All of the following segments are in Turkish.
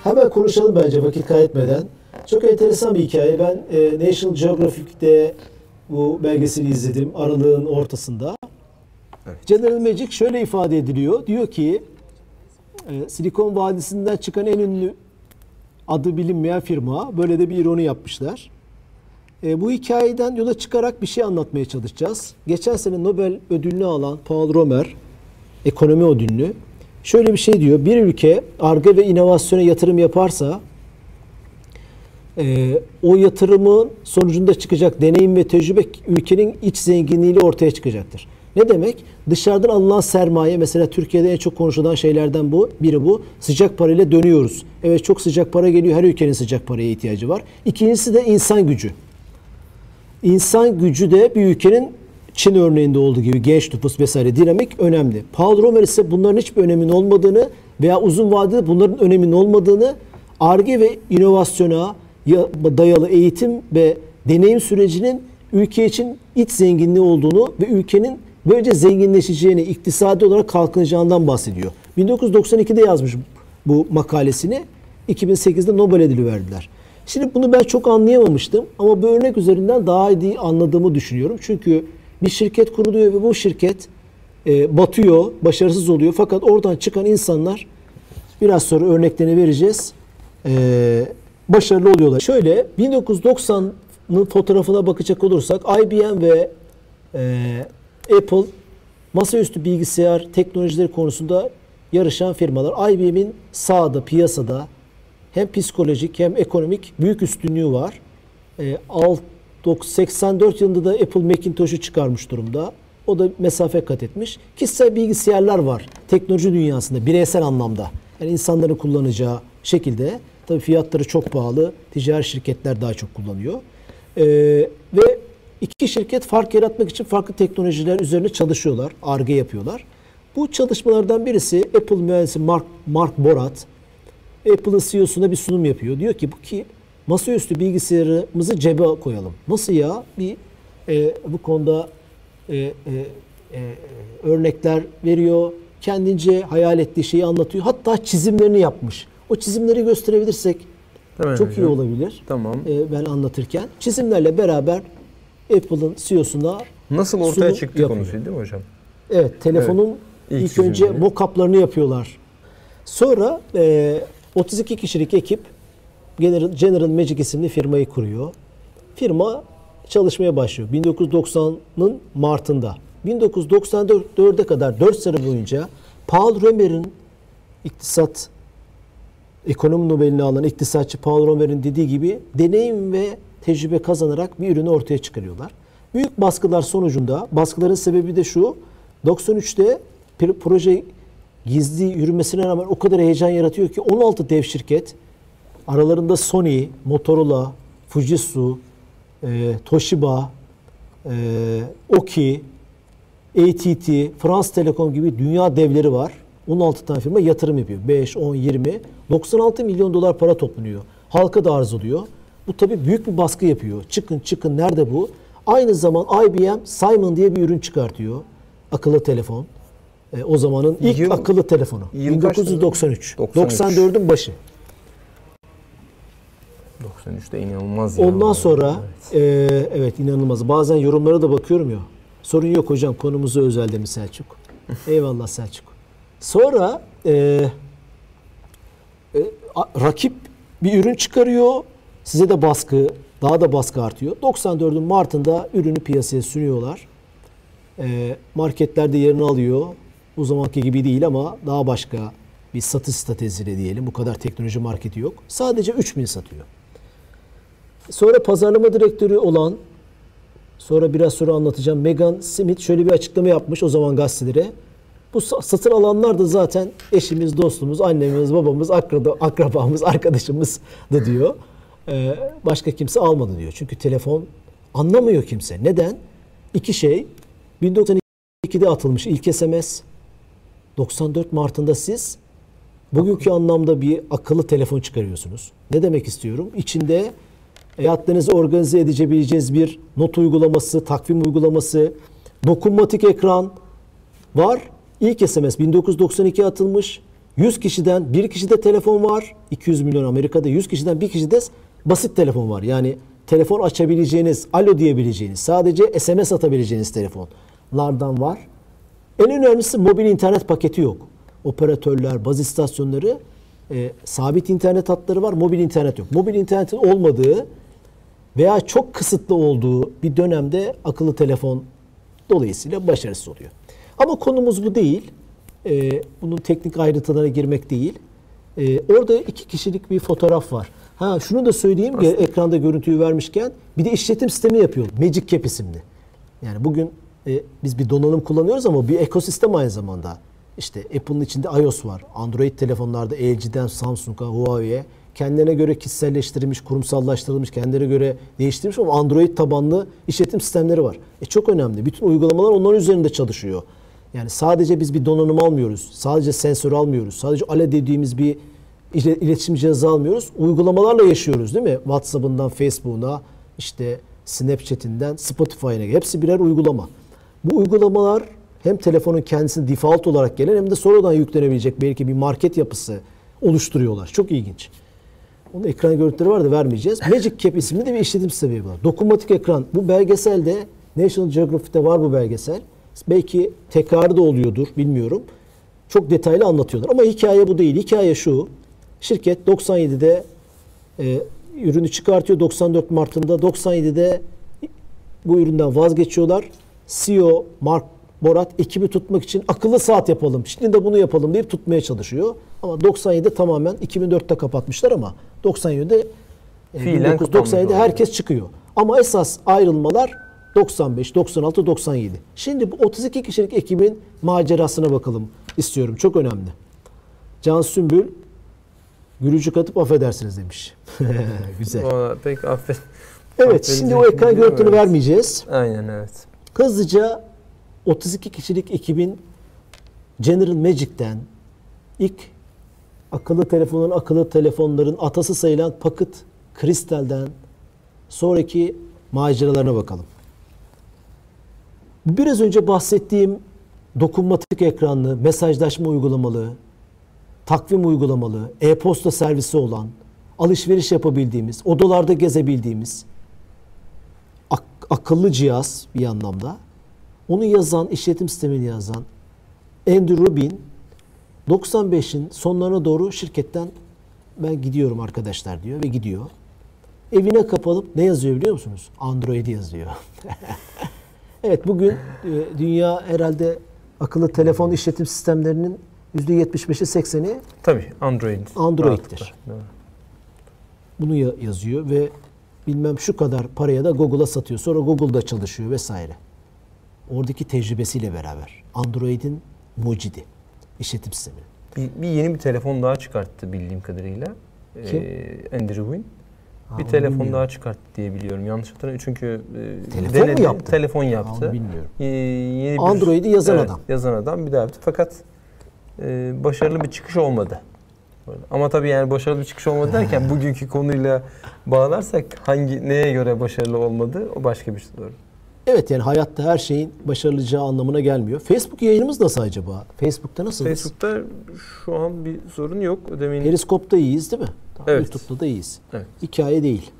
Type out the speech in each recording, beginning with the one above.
Hemen konuşalım bence vakit kaybetmeden. Çok enteresan bir hikaye. Ben National Geographic'te bu belgeseli izledim aralığın ortasında. Evet. General Magic şöyle ifade ediliyor. Diyor ki Silikon Vadisi'nden çıkan en ünlü adı bilinmeyen firma. Böyle de bir ironi yapmışlar. Bu hikayeden yola çıkarak bir şey anlatmaya çalışacağız. Geçen sene Nobel ödülünü alan Paul Romer, ekonomi ödülünü, şöyle bir şey diyor. Bir ülke Ar-Ge ve inovasyona yatırım yaparsa o yatırımın sonucunda çıkacak deneyim ve tecrübe ülkenin iç zenginliğiyle ortaya çıkacaktır. Ne demek? Dışarıdan alınan sermaye, mesela Türkiye'de en çok konuşulan şeylerden biri bu. Sıcak parayla dönüyoruz. Evet, çok sıcak para geliyor. Her ülkenin sıcak paraya ihtiyacı var. İkincisi de insan gücü. İnsan gücü de bir ülkenin Çin örneğinde olduğu gibi genç nüfus vesaire dinamik önemli. Paul Romer ise bunların hiçbir öneminin olmadığını veya uzun vadede bunların öneminin olmadığını, Ar-Ge ve inovasyona dayalı eğitim ve deneyim sürecinin ülke için iç zenginliği olduğunu ve ülkenin böylece zenginleşeceğini, iktisadi olarak kalkınacağından bahsediyor. 1992'de yazmış bu makalesini. 2008'de Nobel ödülü verdiler. Şimdi bunu ben çok anlayamamıştım ama bu örnek üzerinden daha iyi anladığımı düşünüyorum. Çünkü bir şirket kuruluyor ve bu şirket batıyor, başarısız oluyor. Fakat oradan çıkan insanlar, biraz sonra örneklerini vereceğiz, başarılı oluyorlar. Şöyle 1990'ın fotoğrafına bakacak olursak IBM ve Apple masaüstü bilgisayar teknolojileri konusunda yarışan firmalar. IBM'in sahada, piyasada hem psikolojik hem ekonomik büyük üstünlüğü var. 84 yılında da Apple Macintosh'u çıkarmış durumda. O da mesafe kat etmiş. Kişisel bilgisayarlar var teknoloji dünyasında bireysel anlamda. Yani insanların kullanacağı şekilde. Tabii fiyatları çok pahalı. Ticari şirketler daha çok kullanıyor. Ve iki şirket fark yaratmak için farklı teknolojiler üzerine çalışıyorlar. Ar-Ge yapıyorlar. Bu çalışmalardan birisi Apple mühendisi Mark Borat, Apple'ın CEO'suna bir sunum yapıyor. Diyor ki masaüstü bilgisayarımızı cebe koyalım. Nasıl ya? Bu konuda örnekler veriyor. Kendince hayal ettiği şeyi anlatıyor. Hatta çizimlerini yapmış. O çizimleri gösterebilirsek çok iyi olabilir. Tamam. Ben anlatırken. Çizimlerle beraber Apple'ın CEO'suna nasıl ortaya çıktı konusu değil mi hocam? Evet. Telefonun ilk önce mock-up'larını yapıyorlar. Sonra 32 kişilik ekip General Magic isimli firmayı kuruyor. Firma çalışmaya başlıyor. 1990'ın Mart'ında. 1994'e kadar 4 sene boyunca Paul Romer'in ekonomi Nobel'ini alan iktisatçı Paul Romer'in dediği gibi deneyim ve tecrübe kazanarak bir ürünü ortaya çıkarıyorlar. Büyük baskılar sonucunda, baskıların sebebi de şu: 93'te proje gizli yürümesine rağmen o kadar heyecan yaratıyor ki 16 dev şirket, aralarında Sony, Motorola, Fujitsu, Toshiba, Oki, AT&T, France Telecom gibi dünya devleri var. 16 tane firma yatırım yapıyor. 5, 10, 20. 96 milyon dolar para toplanıyor. Halka da arz oluyor. Bu tabii büyük bir baskı yapıyor. Çıkın nerede bu? Aynı zaman IBM Simon diye bir ürün çıkartıyor. Akıllı telefon. O zamanın ilk akıllı telefonu. 1993. 94'ün başı. 93'te inanılmaz ya. Ondan sonra evet inanılmaz. Bazen yorumlara da bakıyorum ya. Sorun yok hocam, konumuza özel demiş Selçuk. Eyvallah Selçuk. Sonra rakip bir ürün çıkarıyor. Size de daha da baskı artıyor. 94'ün Mart'ında ürünü piyasaya sürüyorlar. Marketlerde yerini alıyor. O zamanki gibi değil ama daha başka bir satış stratejisiyle diyelim. Bu kadar teknoloji marketi yok. Sadece 3.000 satıyor. Sonra pazarlama direktörü olan, biraz sonra anlatacağım, Megan Smith şöyle bir açıklama yapmış o zaman gazetelere. Bu satın alanlar da zaten eşimiz, dostumuz, annemiz, babamız, akrabamız, arkadaşımız da diyor. Başka kimse almadı diyor. Çünkü telefon anlamıyor kimse. Neden? İki şey. 1992'de atılmış ilk SMS. 94 Mart'ında siz bugünkü anlamda bir akıllı telefon çıkarıyorsunuz. Ne demek istiyorum? İçinde hayatlarınızı organize edebileceğiniz bir not uygulaması, takvim uygulaması, dokunmatik ekran var. İlk SMS 1992 atılmış. 100 kişiden bir kişide telefon var. 200 milyon Amerika'da 100 kişiden bir kişide basit telefon var. Yani telefon açabileceğiniz, alo diyebileceğiniz, sadece SMS atabileceğiniz telefonlardan var. En önemlisi mobil internet paketi yok. Operatörler, baz istasyonları sabit internet hatları var, mobil internet yok. Mobil internetin olmadığı veya çok kısıtlı olduğu bir dönemde akıllı telefon dolayısıyla başarısız oluyor. Ama konumuz bu değil. Bunun teknik ayrıntılarına girmek değil. Orada 2 kişilik bir fotoğraf var. Şunu da söyleyeyim ki ekranda görüntüyü vermişken bir de işletim sistemi yapıyor. Magic Cap isimli. Yani bugün biz bir donanım kullanıyoruz ama bir ekosistem aynı zamanda. İşte Apple'ın içinde iOS var. Android telefonlarda LG'den Samsung'a, Huawei'ye kendilerine göre kişiselleştirilmiş, kurumsallaştırılmış, kendilerine göre değiştirilmiş ama Android tabanlı işletim sistemleri var. Çok önemli. Bütün uygulamalar onların üzerinde çalışıyor. Yani sadece biz bir donanım almıyoruz. Sadece sensör almıyoruz. Sadece ALE dediğimiz bir iletişim cihazı almıyoruz. Uygulamalarla yaşıyoruz değil mi? WhatsApp'ından Facebook'una, işte Snapchat'inden Spotify'ına. Hepsi birer uygulama. Bu uygulamalar hem telefonun kendisini default olarak gelen hem de sonradan yüklenebilecek belki bir market yapısı oluşturuyorlar. Çok ilginç. Onun ekran görüntüleri var da vermeyeceğiz. Magic Cap isimli de bir işletim sistemi var. Dokunmatik ekran. Bu belgeselde National Geographic'te var bu belgesel. Belki tekrarı da oluyordur bilmiyorum. Çok detaylı anlatıyorlar. Ama hikaye bu değil. Hikaye şu. Şirket 97'de ürünü çıkartıyor. 94 Mart'ında 97'de bu üründen vazgeçiyorlar. CEO Mark Borat ekibi tutmak için akıllı saat yapalım. Şimdi de bunu yapalım deyip tutmaya çalışıyor. Ama 97'de tamamen 2004'te kapatmışlar ama 97'de 1997'de herkes çıkıyor. Ama esas ayrılmalar 95, 96, 97. Şimdi bu 32 kişilik ekibin macerasına bakalım istiyorum. Çok önemli. Can Sümbül gülücük atıp affedersiniz demiş. Güzel. Pek Evet, şimdi o ekran görüntüsünü vermeyeceğiz. Aynen evet. Hızlıca 32 kişilik ekibin General Magic'ten ilk akıllı telefonların atası sayılan Pocket Crystal'den sonraki maceralarına bakalım. Biraz önce bahsettiğim dokunmatik ekranlı, mesajlaşma uygulamalı, takvim uygulamalı, e-posta servisi olan, alışveriş yapabildiğimiz, odalarda gezebildiğimiz akıllı cihaz bir anlamda. Onu yazan, işletim sistemini yazan Andrew Rubin 95'in sonlarına doğru şirketten ben gidiyorum arkadaşlar diyor ve gidiyor. Evine kapalıp ne yazıyor biliyor musunuz? Android'i yazıyor. Evet, bugün dünya herhalde akıllı telefon işletim sistemlerinin %75'i 80'i tabii Android'dir. Bunu yazıyor ve bilmem şu kadar paraya da Google'a satıyor. Sonra Google'da çalışıyor vesaire. Oradaki tecrübesiyle beraber Android'in mucidi işletim sistemi. Yeni bir telefon daha çıkarttı bildiğim kadarıyla. Andrew Wynn. Bir telefon bilmiyorum. daha çıkarttı diye biliyorum. Yanlış hatırlamıyorum çünkü telefon mu yaptı? Telefon yaptı. Onu bilmiyorum. Yeni Android'i yazan adam. Yazan adam bir daha yaptı. Fakat başarılı bir çıkış olmadı. Ama tabii yani başarılı bir çıkış olmadı derken bugünkü konuyla bağlarsak neye göre başarılı olmadı o başka bir soru. Evet, yani hayatta her şeyin başarılacağı anlamına gelmiyor. Facebook yayınımız nasıl acaba? Facebook'ta nasılız? Facebook'ta şu an bir sorun yok. Periskop'ta iyiyiz değil mi? Evet. YouTube'da da iyiyiz. Evet. Hikaye değil.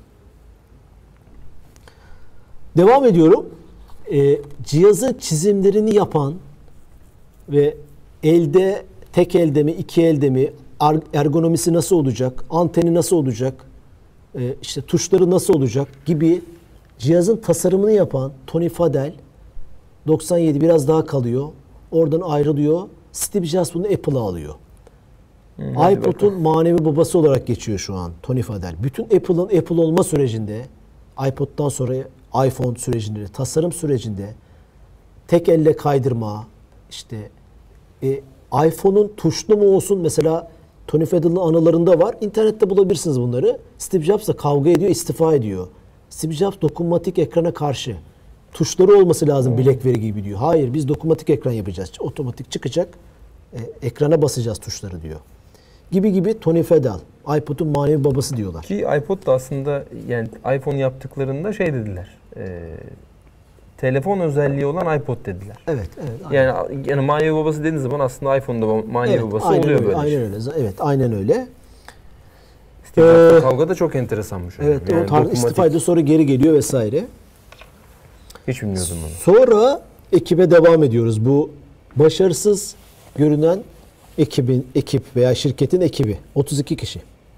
Devam ediyorum. Cihazın çizimlerini yapan ve tek elde mi, iki elde mi, ergonomisi nasıl olacak, anteni nasıl olacak, işte tuşları nasıl olacak gibi cihazın tasarımını yapan Tony Fadell 97 biraz daha kalıyor. Oradan ayrılıyor. Steve Jobs bunu Apple'a alıyor. iPod'un manevi babası olarak geçiyor şu an Tony Fadell. Bütün Apple'ın Apple olma sürecinde, iPod'dan sonra iPhone sürecinde, tasarım sürecinde tek elle kaydırma, işte iPhone'un tuşlu mu olsun mesela Tony Fadell'ın anılarında var. İnternette bulabilirsiniz bunları. Steve Jobs'la kavga ediyor, istifa ediyor. Steve Jobs dokunmatik ekrana karşı. Tuşları olması lazım BlackBerry gibi diyor. Hayır, biz dokunmatik ekran yapacağız. Otomatik çıkacak. Ekrana basacağız tuşları diyor. Gibi Tony Fadell. iPod'un manevi babası diyorlar. Ki iPod da aslında yani iPhone yaptıklarında şey dediler. telefon özelliği olan iPod dediler. Evet, evet. Yani manevi babası dediğiniz zaman aslında iPhone'da manevi Evet, babası aynen oluyor öyle, böyle. aynen öyle. Evet, aynen öyle. Steve Jobs'la kavga da çok enteresanmış. Evet, yani o istifayla sonra geri geliyor vesaire. Hiç bilmiyordum bunu. Sonra ekibe devam ediyoruz. Bu başarısız görünen ekip veya şirketin ekibi. 32 kişi.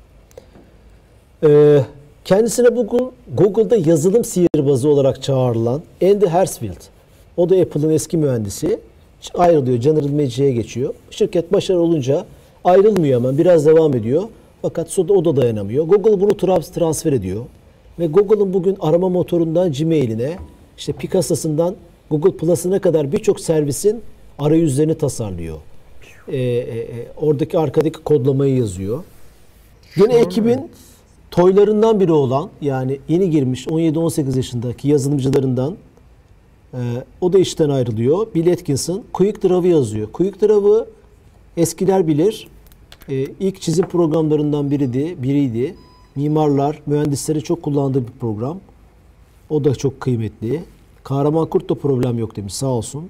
Kendisine Google'da yazılım sihirbazı olarak çağrılan Andy Hershfield. O da Apple'ın eski mühendisi. Ayrılıyor. General Magic'e geçiyor. Şirket başarılı olunca ayrılmıyor hemen. Biraz devam ediyor. Fakat o da dayanamıyor. Google bunu transfer ediyor. Ve Google'ın bugün arama motorundan Gmail'ine, işte Picasso'sından Google Plus'ına kadar birçok servisin arayüzlerini tasarlıyor. Oradaki arkadaki kodlamayı yazıyor. Yine ekibin toylarından biri olan, yani yeni girmiş 17-18 yaşındaki yazılımcılarından o da işten ayrılıyor. Bill Atkinson Quick Draw'ı yazıyor. Quick Draw'ı eskiler bilir. İlk çizim programlarından biriydi. Mimarlar, mühendisleri çok kullandığı bir program. O da çok kıymetli. Kahraman Kurt da problem yok demiş, sağ olsun.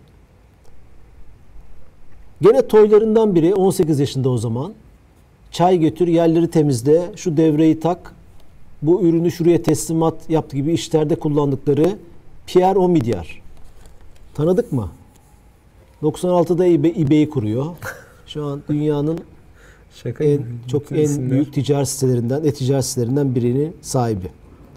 Gene toylarından biri 18 yaşında o zaman. Çay götür, yerleri temizle, şu devreyi tak, bu ürünü şuraya teslimat yaptı gibi işlerde kullandıkları Pierre Omidyar. Tanıdık mı? 96'da eBay'i kuruyor. Şu an dünyanın en büyük ticaret sitelerinden, e-ticaret sitelerinden birinin sahibi.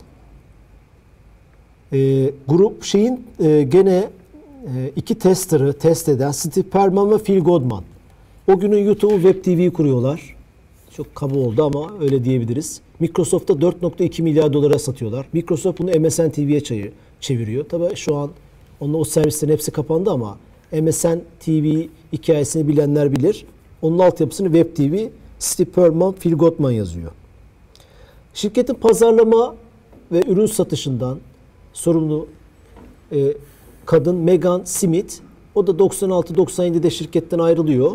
Grup gene iki tester'ı test eden Steve Perman ve Phil Goodman. O günün YouTube'u Web TV'yi kuruyorlar. Çok kaba oldu ama öyle diyebiliriz. Microsoft'ta 4.2 milyar dolara satıyorlar. Microsoft bunu MSN TV'ye çeviriyor. Tabii şu an o servislerin hepsi kapandı ama MSN TV hikayesini bilenler bilir. Onun altyapısını Web TV Steve Perman, Phil Goodman yazıyor. Şirketin pazarlama ve ürün satışından sorumlu kadın Megan Smith, o da 96-97'de şirketten ayrılıyor.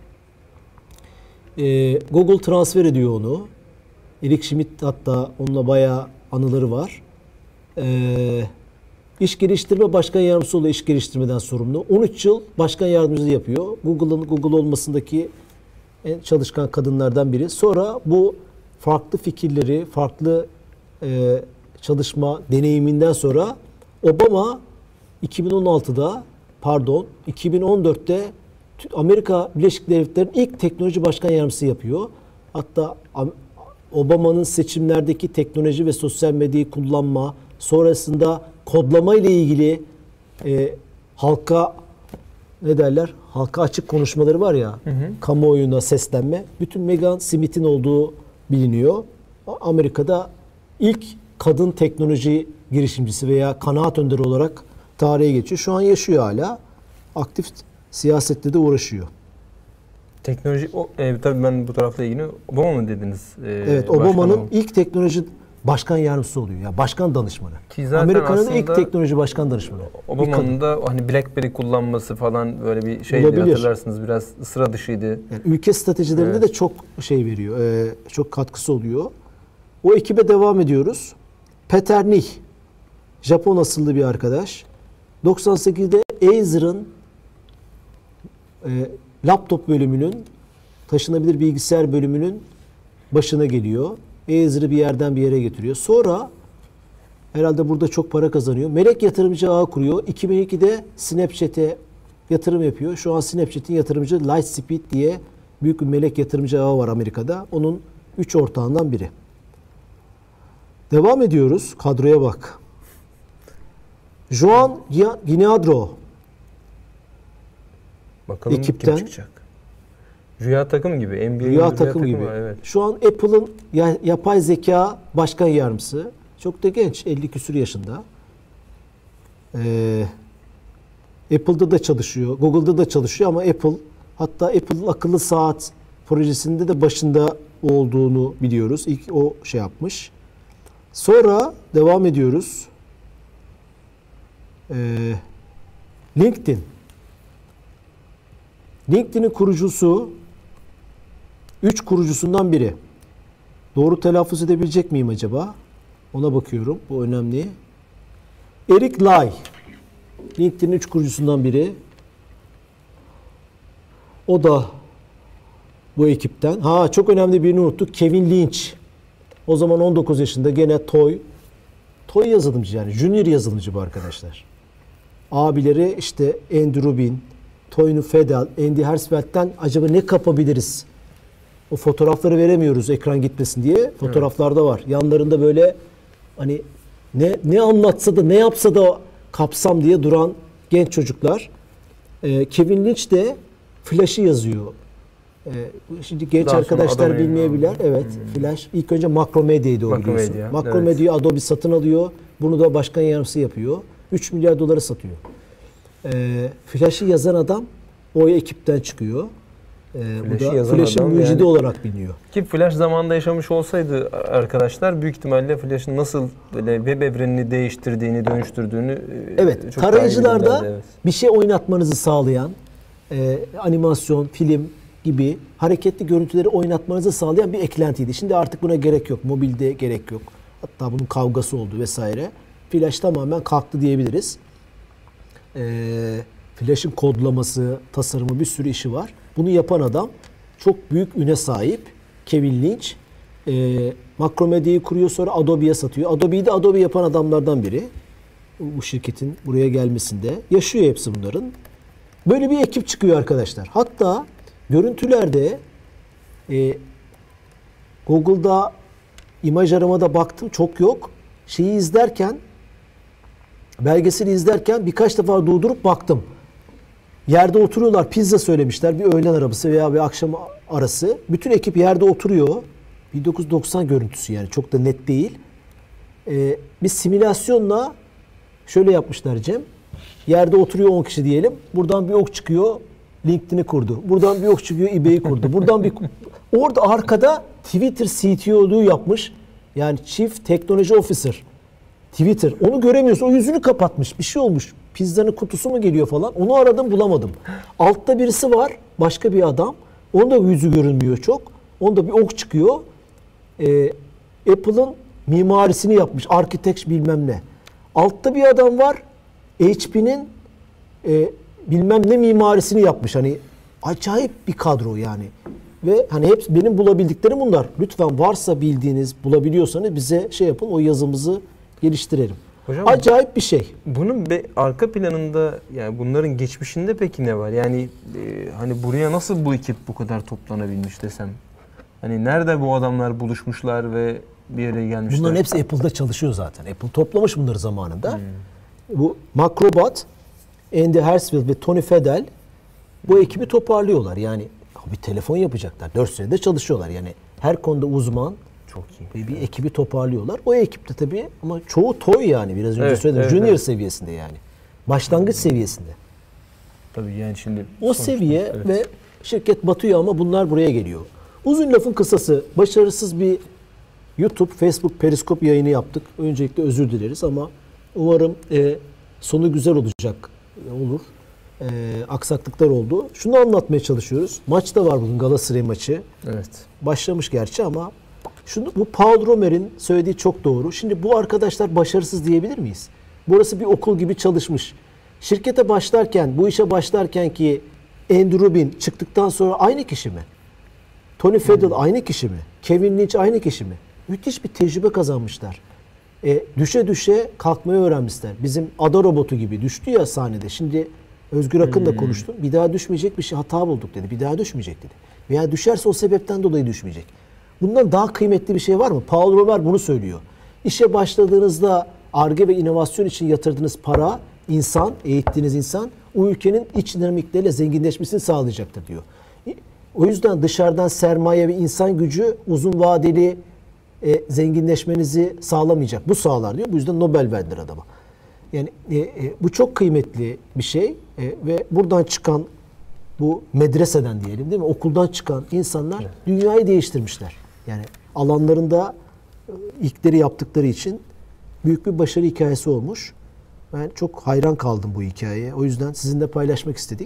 Google transfer ediyor onu. Eric Schmidt hatta onunla bayağı anıları var. İş geliştirme başkan yardımcısı oluyor, iş geliştirmeden sorumlu. 13 yıl başkan yardımcılığı yapıyor. Google olmasındaki en çalışkan kadınlardan biri. Sonra bu farklı fikirleri, farklı çalışma deneyiminden sonra Obama 2014'te Amerika Birleşik Devletleri'nin ilk teknoloji başkan yardımcısı yapıyor. Hatta Obama'nın seçimlerdeki teknoloji ve sosyal medyayı kullanma, sonrasında kodlama ile ilgili halka açık konuşmaları var ya, kamuoyuna seslenme. Bütün Megan Smith'in olduğu biliniyor. Amerika'da ilk kadın teknoloji girişimcisi veya kanaat önderi olarak tarihe geçiyor. Şu an yaşıyor hala. Aktif siyasette de uğraşıyor. Teknoloji, tabii ben bu tarafla ilgili Obama mı dediniz? Evet, Obama'nın ilk teknoloji başkan yardımcısı oluyor. Ya başkan danışmanı. Amerika'nın ilk teknoloji başkan danışmanı. Obama'nın da hani BlackBerry kullanması falan böyle bir şeydi, hatırlarsınız, biraz sıra dışıydı. Yani ülke stratejilerinde de çok veriyor. Çok katkısı oluyor. O ekibe devam ediyoruz. Peter Nih, Japon asıllı bir arkadaş. 98'de Acer'ın laptop bölümünün, taşınabilir bilgisayar bölümünün başına geliyor. Azer'ı bir yerden bir yere getiriyor. Sonra herhalde burada çok para kazanıyor. Melek yatırımcı ağı kuruyor. 2002'de Snapchat'e yatırım yapıyor. Şu an Snapchat'in yatırımcı Lightspeed diye büyük bir melek yatırımcı ağı var Amerika'da. Onun 3 ortağından biri. Devam ediyoruz. Kadroya bak. Joan Guinadro. Bakalım ekipten kim çıkacak? Rüya takım gibi. NBA'nin rüya takım gibi. Evet. Şu an Apple'ın yapay zeka başkan yardımcısı. Çok da genç. 50 küsur yaşında. Apple'da da çalışıyor. Google'da da çalışıyor ama hatta Apple akıllı saat projesinde de başında olduğunu biliyoruz. İlk o yapmış. Sonra devam ediyoruz. LinkedIn. LinkedIn'in kurucusu, 3 kurucusundan biri. Doğru telaffuz edebilecek miyim acaba? Ona bakıyorum. Bu önemli. Eric Lai. LinkedIn'in 3 kurucusundan biri. O da bu ekipten. Çok önemli birini unuttuk. Kevin Lynch. O zaman 19 yaşında, gene Toy yazılımcı, yani junior yazılımcı bu arkadaşlar. Abileri işte Andy Rubin, Tony Fadell, Andy Hertzfeld'den acaba ne kapabiliriz? O fotoğrafları veremiyoruz ekran gitmesin diye. Fotoğraflarda var. Yanlarında böyle hani ne anlatsa da ne yapsa da kapsam diye duran genç çocuklar. Kevin Lynch de Flash'ı yazıyor. Şimdi genç Daha arkadaşlar bilmeyebilir. Evet. Flash ilk önce Makromedya'ydı o, biliyorsun. Makromedya'yı Adobe satın alıyor. Bunu da başkan yardımcısı yapıyor. 3 milyar dolara satıyor. Flash'ı yazan adam o ekipten çıkıyor. Bu da Flash'ın mucidi olarak biliniyor. Ki Flash zamanında yaşamış olsaydı arkadaşlar, büyük ihtimalle Flash'ın nasıl böyle web evrenini değiştirdiğini, dönüştürdüğünü çok tarayıcılarda bir şey oynatmanızı sağlayan, animasyon, film gibi hareketli görüntüleri oynatmanızı sağlayan bir eklentiydi. Şimdi artık buna gerek yok. Mobilde gerek yok. Hatta bunun kavgası oldu vesaire. Flash tamamen kalktı diyebiliriz. Flash'ın kodlaması, tasarımı, bir sürü işi var. Bunu yapan adam çok büyük üne sahip. Kevin Lynch. Makromedya'yı kuruyor, sonra Adobe'ye satıyor. Adobe'yi de Adobe yapan adamlardan biri. Bu şirketin buraya gelmesinde. Yaşıyor hepsi bunların. Böyle bir ekip çıkıyor arkadaşlar. Hatta görüntülerde Google'da imaj aramada baktım, çok yok. Belgeseli izlerken birkaç defa durdurup baktım. Yerde oturuyorlar, pizza söylemişler, bir öğlen arabası veya bir akşam arası. Bütün ekip yerde oturuyor. 1990 görüntüsü, yani çok da net değil. Bir simülasyonla şöyle yapmışlar Cem. Yerde oturuyor 10 kişi diyelim. Buradan bir ok çıkıyor, LinkedIn'i kurdu. Buradan bir ok çıkıyor, eBay'i kurdu. Orada arkada Twitter CTO'luğu yapmış. Yani Chief Technology Officer. Twitter. Onu göremiyorsun. O yüzünü kapatmış. Bir şey olmuş. Pizzanın kutusu mu geliyor falan. Onu aradım, bulamadım. Altta birisi var. Başka bir adam. Onun da yüzü görünmüyor çok. Onda bir ok çıkıyor. Apple'ın mimarisini yapmış. Architect bilmem ne. Altta bir adam var. HP'nin bilmem ne mimarisini yapmış. Hani acayip bir kadro yani. Ve hani hepsi benim bulabildiklerim bunlar. Lütfen varsa bildiğiniz, bulabiliyorsanız bize şey yapın, o yazımızı geliştirelim. Hocam, acayip bir şey. Bunun arka planında, yani bunların geçmişinde peki ne var? Yani hani buraya nasıl bu ekip bu kadar toplanabilmiş desem? Hani nerede bu adamlar buluşmuşlar ve bir yere gelmişler? Bunların hepsi Apple'da çalışıyor zaten. Apple toplamış bunları zamanında. Bu Macrobot, Andy Hertzfeld ve Tony Fadell bu ekibi toparlıyorlar. Yani bir telefon yapacaklar. 4 senede çalışıyorlar. Yani her konuda uzman. Çok iyi. Bir ekibi toparlıyorlar. O ekipte tabii, ama çoğu toy yani, biraz önce söyledim. Junior seviyesinde yani. Başlangıç seviyesinde. Tabii yani şimdi o seviye ve şirket batıyor ama bunlar buraya geliyor. Uzun lafın kısası, başarısız bir YouTube, Facebook, Periskop yayını yaptık. Öncelikle özür dileriz ama umarım sonu güzel olacak. Olur. Aksaklıklar oldu. Şunu anlatmaya çalışıyoruz. Maç da var bugün, Galatasaray maçı. Evet. Başlamış gerçi ama bu Paul Romer'in söylediği çok doğru. Şimdi bu arkadaşlar başarısız diyebilir miyiz? Burası bir okul gibi çalışmış. Şirkete başlarken, bu işe başlarken ki Andy Rubin çıktıktan sonra aynı kişi mi? Tony Fadell aynı kişi mi? Kevin Lynch aynı kişi mi? Müthiş bir tecrübe kazanmışlar. Düşe düşe kalkmayı öğrenmişler. Bizim ada robotu gibi düştü ya sahnede. Şimdi Özgür Akın'la konuştum. Bir daha düşmeyecek, bir şey hata bulduk dedi. Bir daha düşmeyecek dedi. Veya düşerse o sebepten dolayı düşmeyecek. Bundan daha kıymetli bir şey var mı? Paul Romer bunu söylüyor. İşe başladığınızda Ar-Ge ve inovasyon için yatırdığınız para, insan, eğittiğiniz insan o ülkenin iç dinamikleriyle zenginleşmesini sağlayacaktır diyor. O yüzden dışarıdan sermaye ve insan gücü uzun vadeli zenginleşmenizi sağlamayacak. Bu sağlar diyor. Bu yüzden Nobel verdiler adama. Yani bu çok kıymetli bir şey ve buradan çıkan, bu medreseden diyelim değil mi? Okuldan çıkan insanlar dünyayı değiştirmişler. Yani alanlarında ilkleri yaptıkları için büyük bir başarı hikayesi olmuş. Ben çok hayran kaldım bu hikayeye. O yüzden sizinle paylaşmak istedik.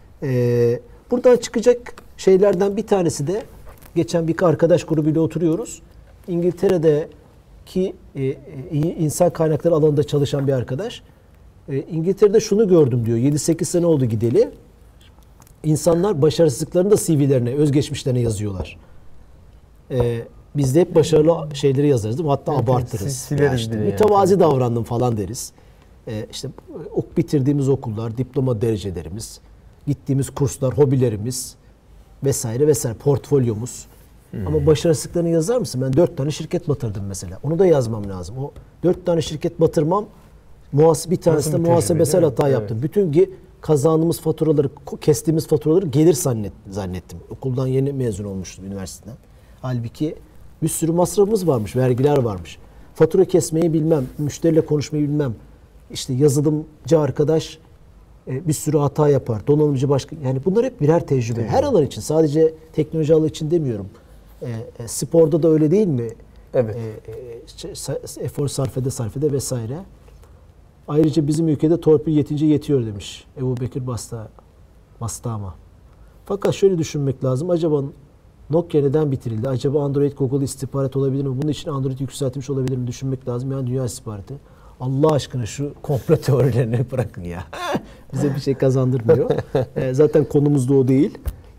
Buradan çıkacak şeylerden bir tanesi de, geçen bir arkadaş grubuyla oturuyoruz. İngiltere'deki insan kaynakları alanında çalışan bir arkadaş. İngiltere'de şunu gördüm diyor. 7-8 sene oldu gideli. İnsanlar başarısızlıklarını da CV'lerine, özgeçmişlerine yazıyorlar. Biz de hep başarılı şeyleri yazarız değil mi? Hatta Evet, abartırız. sileriz Ya işte bile yani. mütevazi davrandım falan deriz. İşte bitirdiğimiz okullar, diploma derecelerimiz, gittiğimiz kurslar, hobilerimiz vesaire vesaire, portfolyomuz. Ama başarısızlıklarını yazar mısın? Ben 4 tane şirket batırdım mesela. Onu da yazmam lazım. O 4 tane şirket batırmam, bir tanesinde bir muhasebesel tecrübe, hata değil mi? yaptım. Bütün kazandığımız faturaları, kestiğimiz faturaları gelir zannettim. Okuldan yeni mezun olmuştum, üniversiteden. Halbuki bir sürü masrafımız varmış, vergiler varmış. Fatura kesmeyi bilmem, müşteriyle konuşmayı bilmem. İşte yazılımcı arkadaş bir sürü hata yapar. Donanımcı başka. Yani bunlar hep birer tecrübe. Her alan için, sadece teknoloji alanı için demiyorum. Sporda da öyle değil mi? Evet. Efor sarf ede vesaire. Ayrıca bizim ülkede torpil yetince yetiyor demiş Ebubekir Bastama. Fakat şöyle düşünmek lazım. Acaba Nokia neden bitirildi? Acaba Android Google istihbarat olabilir mi? Bunun için Android yükseltilmiş olabilir mi? Düşünmek lazım. Yani dünya istihbaratı. Allah aşkına şu komplo teorilerini bırakın ya. Bize bir şey kazandırmıyor. Zaten konumuz da o değil.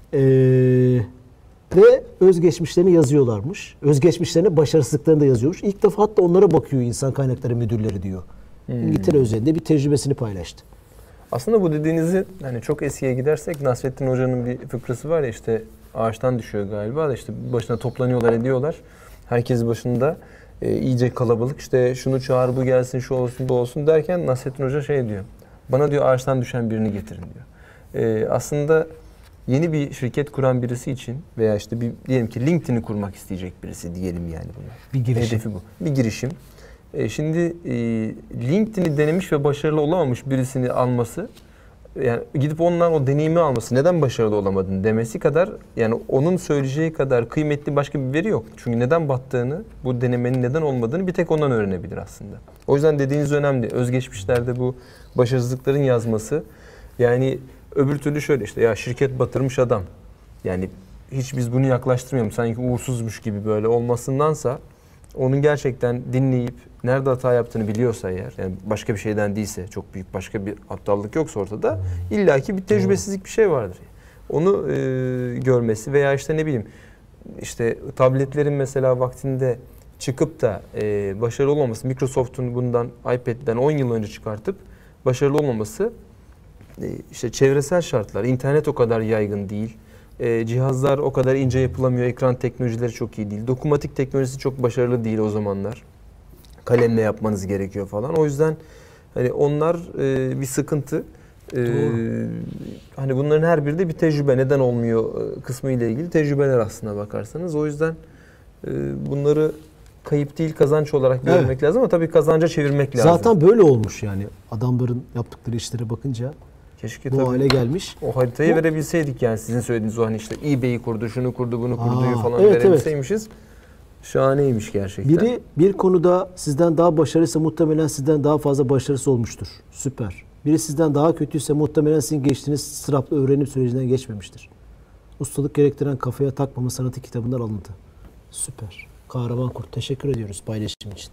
Ve özgeçmişlerini yazıyorlarmış. Özgeçmişlerine başarısızlıklarını da yazıyormuş. İlk defa hatta onlara bakıyor insan kaynakları müdürleri diyor. İngiltere özelinde bir tecrübesini paylaştı. Aslında bu dediğinizi hani çok eskiye gidersek Nasrettin Hoca'nın bir fıkrası var ya, işte ağaçtan düşüyor galiba da işte başına toplanıyorlar ediyorlar. Herkes başında iyice kalabalık, işte şunu çağır, bu gelsin, şu olsun, bu olsun derken Nasrettin Hoca şey diyor. Bana diyor ağaçtan düşen birini getirin diyor. Aslında yeni bir şirket kuran birisi için veya işte diyelim ki LinkedIn'i kurmak isteyecek birisi diyelim yani buna. Bir girişim. Hedefi bu. Bir girişim. Şimdi LinkedIn'i denemiş ve başarılı olamamış birisini alması, yani gidip ondan o deneyimi alması, neden başarılı olamadın demesi kadar, yani onun söyleyeceği kadar kıymetli başka bir veri yok. Çünkü neden battığını, bu denemenin neden olmadığını bir tek ondan öğrenebilir aslında. O yüzden dediğiniz önemli. Özgeçmişlerde bu başarısızlıkların yazması, yani öbür türlü şöyle işte ya şirket batırmış adam. Yani hiç biz bunu yaklaştırmayalım. Sanki uğursuzmuş gibi böyle olmasındansa onun gerçekten dinleyip nerede hata yaptığını biliyorsa eğer, yani başka bir şeyden değilse, çok büyük başka bir aptallık yoksa ortada, illaki bir tecrübesizlik bir şey vardır. Onu görmesi veya işte ne bileyim, işte tabletlerin mesela vaktinde çıkıp da başarılı olmaması, Microsoft'un bundan iPad'den 10 yıl önce çıkartıp başarılı olmaması, işte çevresel şartlar, internet o kadar yaygın değil. Cihazlar o kadar ince yapılamıyor. Ekran teknolojileri çok iyi değil. Dokunmatik teknolojisi çok başarılı değil o zamanlar. Kalemle yapmanız gerekiyor falan. O yüzden hani onlar bir sıkıntı. Hani bunların her biri de bir tecrübe. Neden olmuyor kısmı ile ilgili tecrübeler aslına bakarsanız. O yüzden bunları kayıp değil kazanç olarak görmek lazım ama tabii kazanca çevirmek lazım. Zaten böyle olmuş yani. Adamların yaptıkları işlere bakınca keşke bu hale gelmiş. O haritayı verebilseydik yani, sizin söylediğiniz o hani işte eBay'i kurdu, şunu kurdu, bunu kurduyu falan evet, verebilseymişiz. Şahaneymiş gerçekten. Biri bir konuda sizden daha başarılıysa muhtemelen sizden daha fazla başarısı olmuştur. Süper. Biri sizden daha kötüyse muhtemelen sizin geçtiğiniz ıstıraplı öğrenim sürecinden geçmemiştir. Ustalık gerektiren kafaya takmama sanatı kitabından alıntı. Süper. Kahraman Kurt. Teşekkür ediyoruz paylaşım için.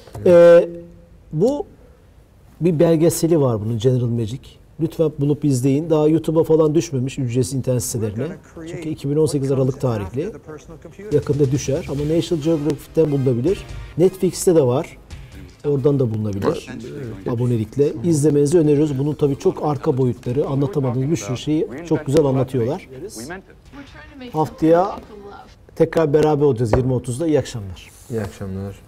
Bu bir belgeseli var bunun, General Magic. Lütfen bulup izleyin. Daha YouTube'a falan düşmemiş, ücretsiz internet sitelerine. Çünkü 2018 Aralık tarihli. Yakında düşer ama National Geographic'ten bulunabilir. Netflix'te de var. Oradan da bulunabilir. Abonelikle. İzlemenizi öneriyoruz. Bunun tabii çok arka boyutları, anlatamadığımız bir sürü şeyi çok güzel anlatıyorlar. Haftaya tekrar beraber olacağız 20.30'da. İyi akşamlar. İyi akşamlar.